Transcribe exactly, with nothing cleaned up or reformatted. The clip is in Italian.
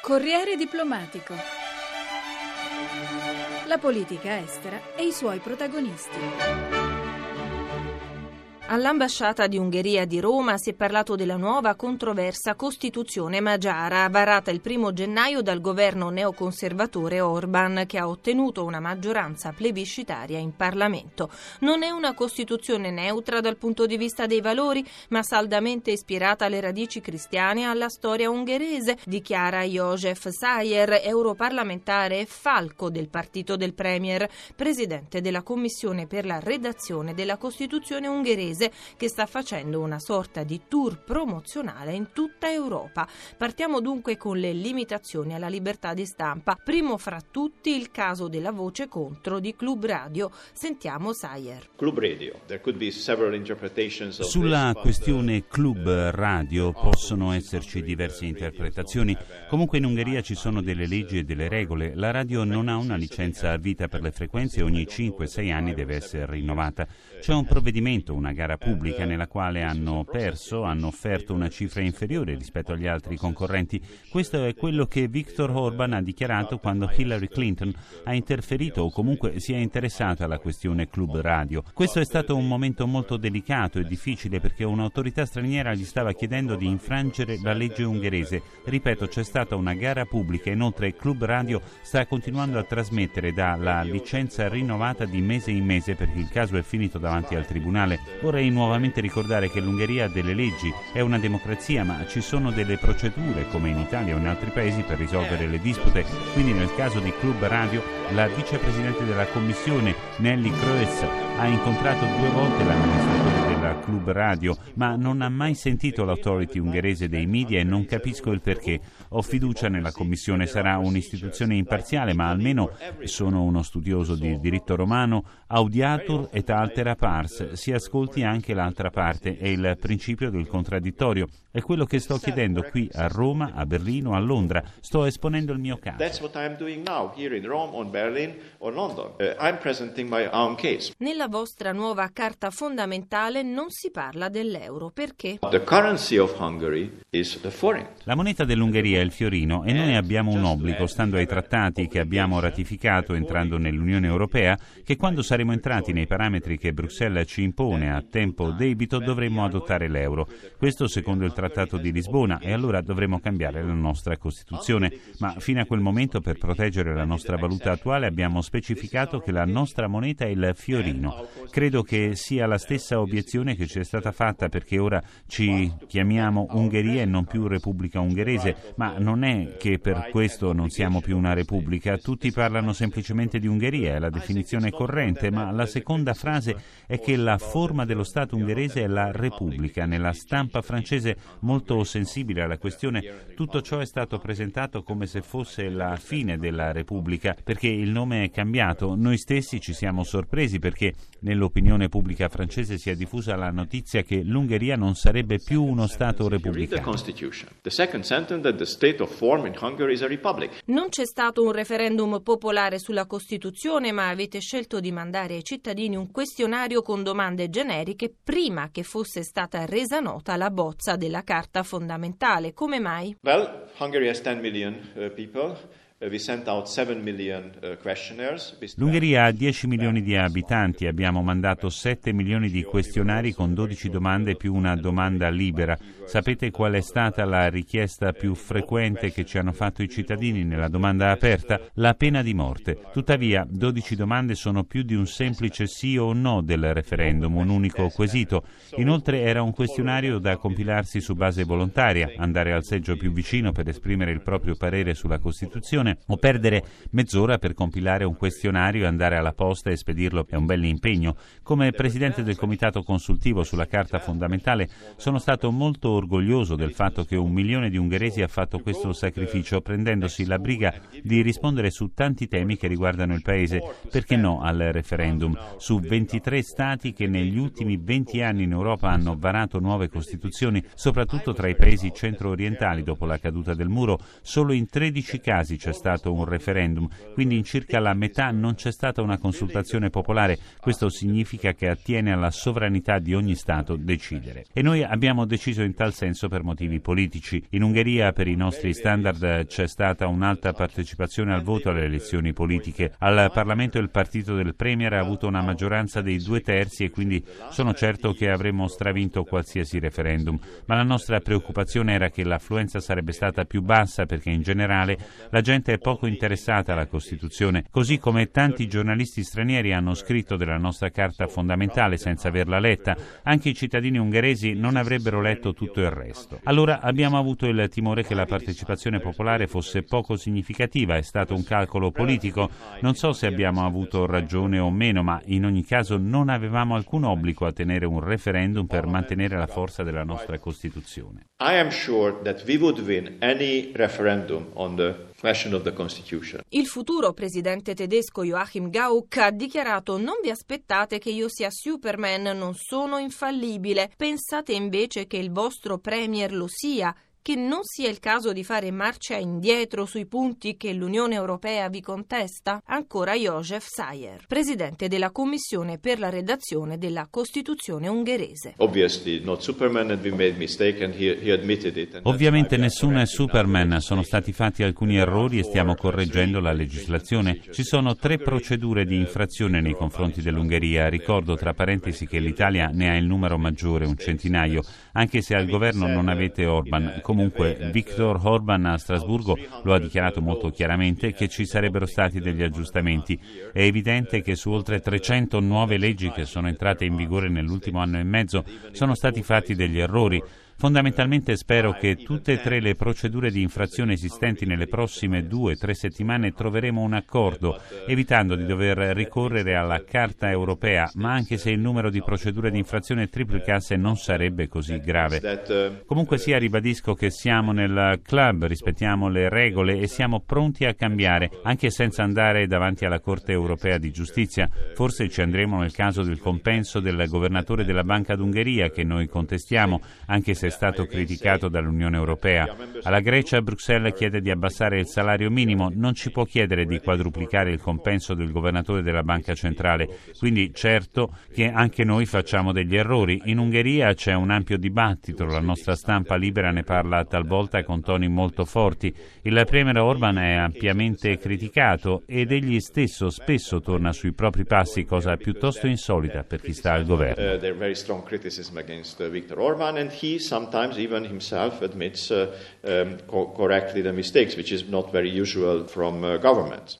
Corriere diplomatico. La politica estera e i suoi protagonisti. All'ambasciata di Ungheria di Roma si è parlato della nuova controversa Costituzione magiara, varata il primo gennaio dal governo neoconservatore Orban, che ha ottenuto una maggioranza plebiscitaria in Parlamento. Non è una Costituzione neutra dal punto di vista dei valori, ma saldamente ispirata alle radici cristiane e alla storia ungherese, dichiara József Szájer, europarlamentare e falco del partito del Premier, presidente della Commissione per la redazione della Costituzione ungherese, che sta facendo una sorta di tour promozionale in tutta Europa. Partiamo dunque con le limitazioni alla libertà di stampa. Primo fra tutti il caso della voce contro di Club Radio. Sentiamo Szájer. Club Radio. There could be several interpretations of Sulla questione Club Radio possono esserci diverse interpretazioni. Comunque in Ungheria ci sono delle leggi e delle regole. La radio non ha una licenza a vita per le frequenze e ogni cinque sei anni deve essere rinnovata. C'è un provvedimento, una gara pubblica nella quale hanno perso, hanno offerto una cifra inferiore rispetto agli altri concorrenti. Questo è quello che Viktor Orban ha dichiarato quando Hillary Clinton ha interferito o comunque si è interessata alla questione Club Radio. Questo è stato un momento molto delicato e difficile perché un'autorità straniera gli stava chiedendo di infrangere la legge ungherese. Ripeto, c'è stata una gara pubblica, inoltre Club Radio sta continuando a trasmettere dalla licenza rinnovata di mese in mese perché il caso è finito davanti al tribunale. Vorrei nuovamente ricordare che l'Ungheria ha delle leggi, è una democrazia, ma ci sono delle procedure, come in Italia o in altri paesi, per risolvere le dispute. Quindi nel caso di Club Radio, la vicepresidente della commissione, Nelly Kroes, ha incontrato due volte l'amministratore della Club Radio, ma non ha mai sentito l'autority ungherese dei media e non capisco il perché. Ho fiducia nella commissione, sarà un'istituzione imparziale, ma almeno sono uno studioso di diritto romano, audiatur et altera pars, si ascolti anche l'altra parte, è il principio del contraddittorio. È quello che sto chiedendo qui a Roma, a Berlino, a Londra. Sto esponendo il mio caso. That's what I'm doing now, here in Rome, on Berlin or London. Uh, I'm presenting my own case. Nella vostra nuova carta fondamentale non si parla dell'euro. Perché? The currency of Hungary is the forint. La moneta dell'Ungheria è il fiorino e noi abbiamo un obbligo, stando ai trattati che abbiamo ratificato entrando nell'Unione Europea, che quando saremo entrati nei parametri che Bruxelles ci impone a tempo debito dovremmo adottare l'euro. Questo secondo il Trattato di Lisbona, e allora dovremo cambiare la nostra Costituzione. Ma fino a quel momento, per proteggere la nostra valuta attuale, abbiamo specificato che la nostra moneta è il fiorino. Credo che sia la stessa obiezione che ci è stata fatta, perché ora ci chiamiamo Ungheria e non più Repubblica Ungherese, ma non è che per questo non siamo più una repubblica. Tutti parlano semplicemente di Ungheria, è la definizione corrente, ma la seconda frase è che la forma dello Stato ungherese è la Repubblica. Nella stampa francese, molto sensibile alla questione, tutto ciò è stato presentato come se fosse la fine della Repubblica, perché il nome è cambiato. Noi stessi ci siamo sorpresi perché nell'opinione pubblica francese si è diffusa la notizia che l'Ungheria non sarebbe più uno Stato repubblicano. Non c'è stato un referendum popolare sulla Costituzione, ma avete scelto di mandare ai cittadini un questionario con domande generiche prima che fosse stata resa nota la bozza della Carta fondamentale. Come mai? Well, Hungary has ten million uh, people. We sent out seven million questionnaires. L'Ungheria ha dieci milioni di abitanti, abbiamo mandato sette milioni di questionari con dodici domande più una domanda libera. Sapete qual è stata la richiesta più frequente che ci hanno fatto i cittadini nella domanda aperta? La pena di morte. Tuttavia, dodici domande sono più di un semplice sì o no del referendum, un unico quesito. Inoltre era un questionario da compilarsi su base volontaria, andare al seggio più vicino per esprimere il proprio parere sulla Costituzione, o perdere mezz'ora per compilare un questionario e andare alla posta e spedirlo è un bell'impegno. Come presidente del comitato consultivo sulla Carta fondamentale sono stato molto orgoglioso del fatto che un milione di ungheresi ha fatto questo sacrificio, prendendosi la briga di rispondere su tanti temi che riguardano il paese. Perché no al referendum? Su ventitré stati che negli ultimi venti anni in Europa hanno varato nuove costituzioni, soprattutto tra i paesi centro-orientali dopo la caduta del muro, solo in tredici casi c'è stato un referendum, quindi in circa la metà non c'è stata una consultazione popolare. Questo significa che attiene alla sovranità di ogni Stato decidere. E noi abbiamo deciso in tal senso per motivi politici. In Ungheria, per i nostri standard, c'è stata un'alta partecipazione al voto alle elezioni politiche. Al Parlamento il partito del Premier ha avuto una maggioranza dei due terzi e quindi sono certo che avremmo stravinto qualsiasi referendum. Ma la nostra preoccupazione era che l'affluenza sarebbe stata più bassa perché in generale la gente è poco interessata alla Costituzione, così come tanti giornalisti stranieri hanno scritto della nostra Carta fondamentale senza averla letta. Anche i cittadini ungheresi non avrebbero letto tutto il resto. Allora abbiamo avuto il timore che la partecipazione popolare fosse poco significativa. È stato un calcolo politico. Non so se abbiamo avuto ragione o meno, ma in ogni caso non avevamo alcun obbligo a tenere un referendum per mantenere la forza della nostra Costituzione. I am sure that we would win any referendum on the question of the Constitution. Il futuro presidente tedesco Joachim Gauck ha dichiarato: non vi aspettate che io sia Superman, non sono infallibile, pensate invece che il vostro premier lo sia, che non sia il caso di fare marcia indietro sui punti che l'Unione Europea vi contesta? Ancora József Szájer, presidente della Commissione per la redazione della Costituzione ungherese. Ovviamente nessuno è Superman, sono stati fatti alcuni errori e stiamo correggendo la legislazione. Ci sono tre procedure di infrazione nei confronti dell'Ungheria. Ricordo tra parentesi che l'Italia ne ha il numero maggiore, un centinaio, anche se al governo non avete Orban. Comunque, Viktor Orban a Strasburgo lo ha dichiarato molto chiaramente che ci sarebbero stati degli aggiustamenti. È evidente che su oltre trecento nuove leggi che sono entrate in vigore nell'ultimo anno e mezzo sono stati fatti degli errori. Fondamentalmente spero che tutte e tre le procedure di infrazione esistenti nelle prossime due o tre settimane troveremo un accordo, evitando di dover ricorrere alla Carta europea, ma anche se il numero di procedure di infrazione triplicasse non sarebbe così grave. Comunque sia, ribadisco che siamo nel club, rispettiamo le regole e siamo pronti a cambiare, anche senza andare davanti alla Corte europea di giustizia. Forse ci andremo nel caso del compenso del governatore della Banca d'Ungheria, che noi contestiamo, anche se è stato criticato dall'Unione Europea. Alla Grecia Bruxelles chiede di abbassare il salario minimo, non ci può chiedere di quadruplicare il compenso del governatore della Banca Centrale, quindi certo che anche noi facciamo degli errori. In Ungheria c'è un ampio dibattito, la nostra stampa libera ne parla talvolta con toni molto forti. Il premier Orban è ampiamente criticato ed egli stesso spesso torna sui propri passi, cosa piuttosto insolita per chi sta al governo. Sometimes even himself admits uh, um, co- correctly the mistakes, which is not very usual from uh, governments.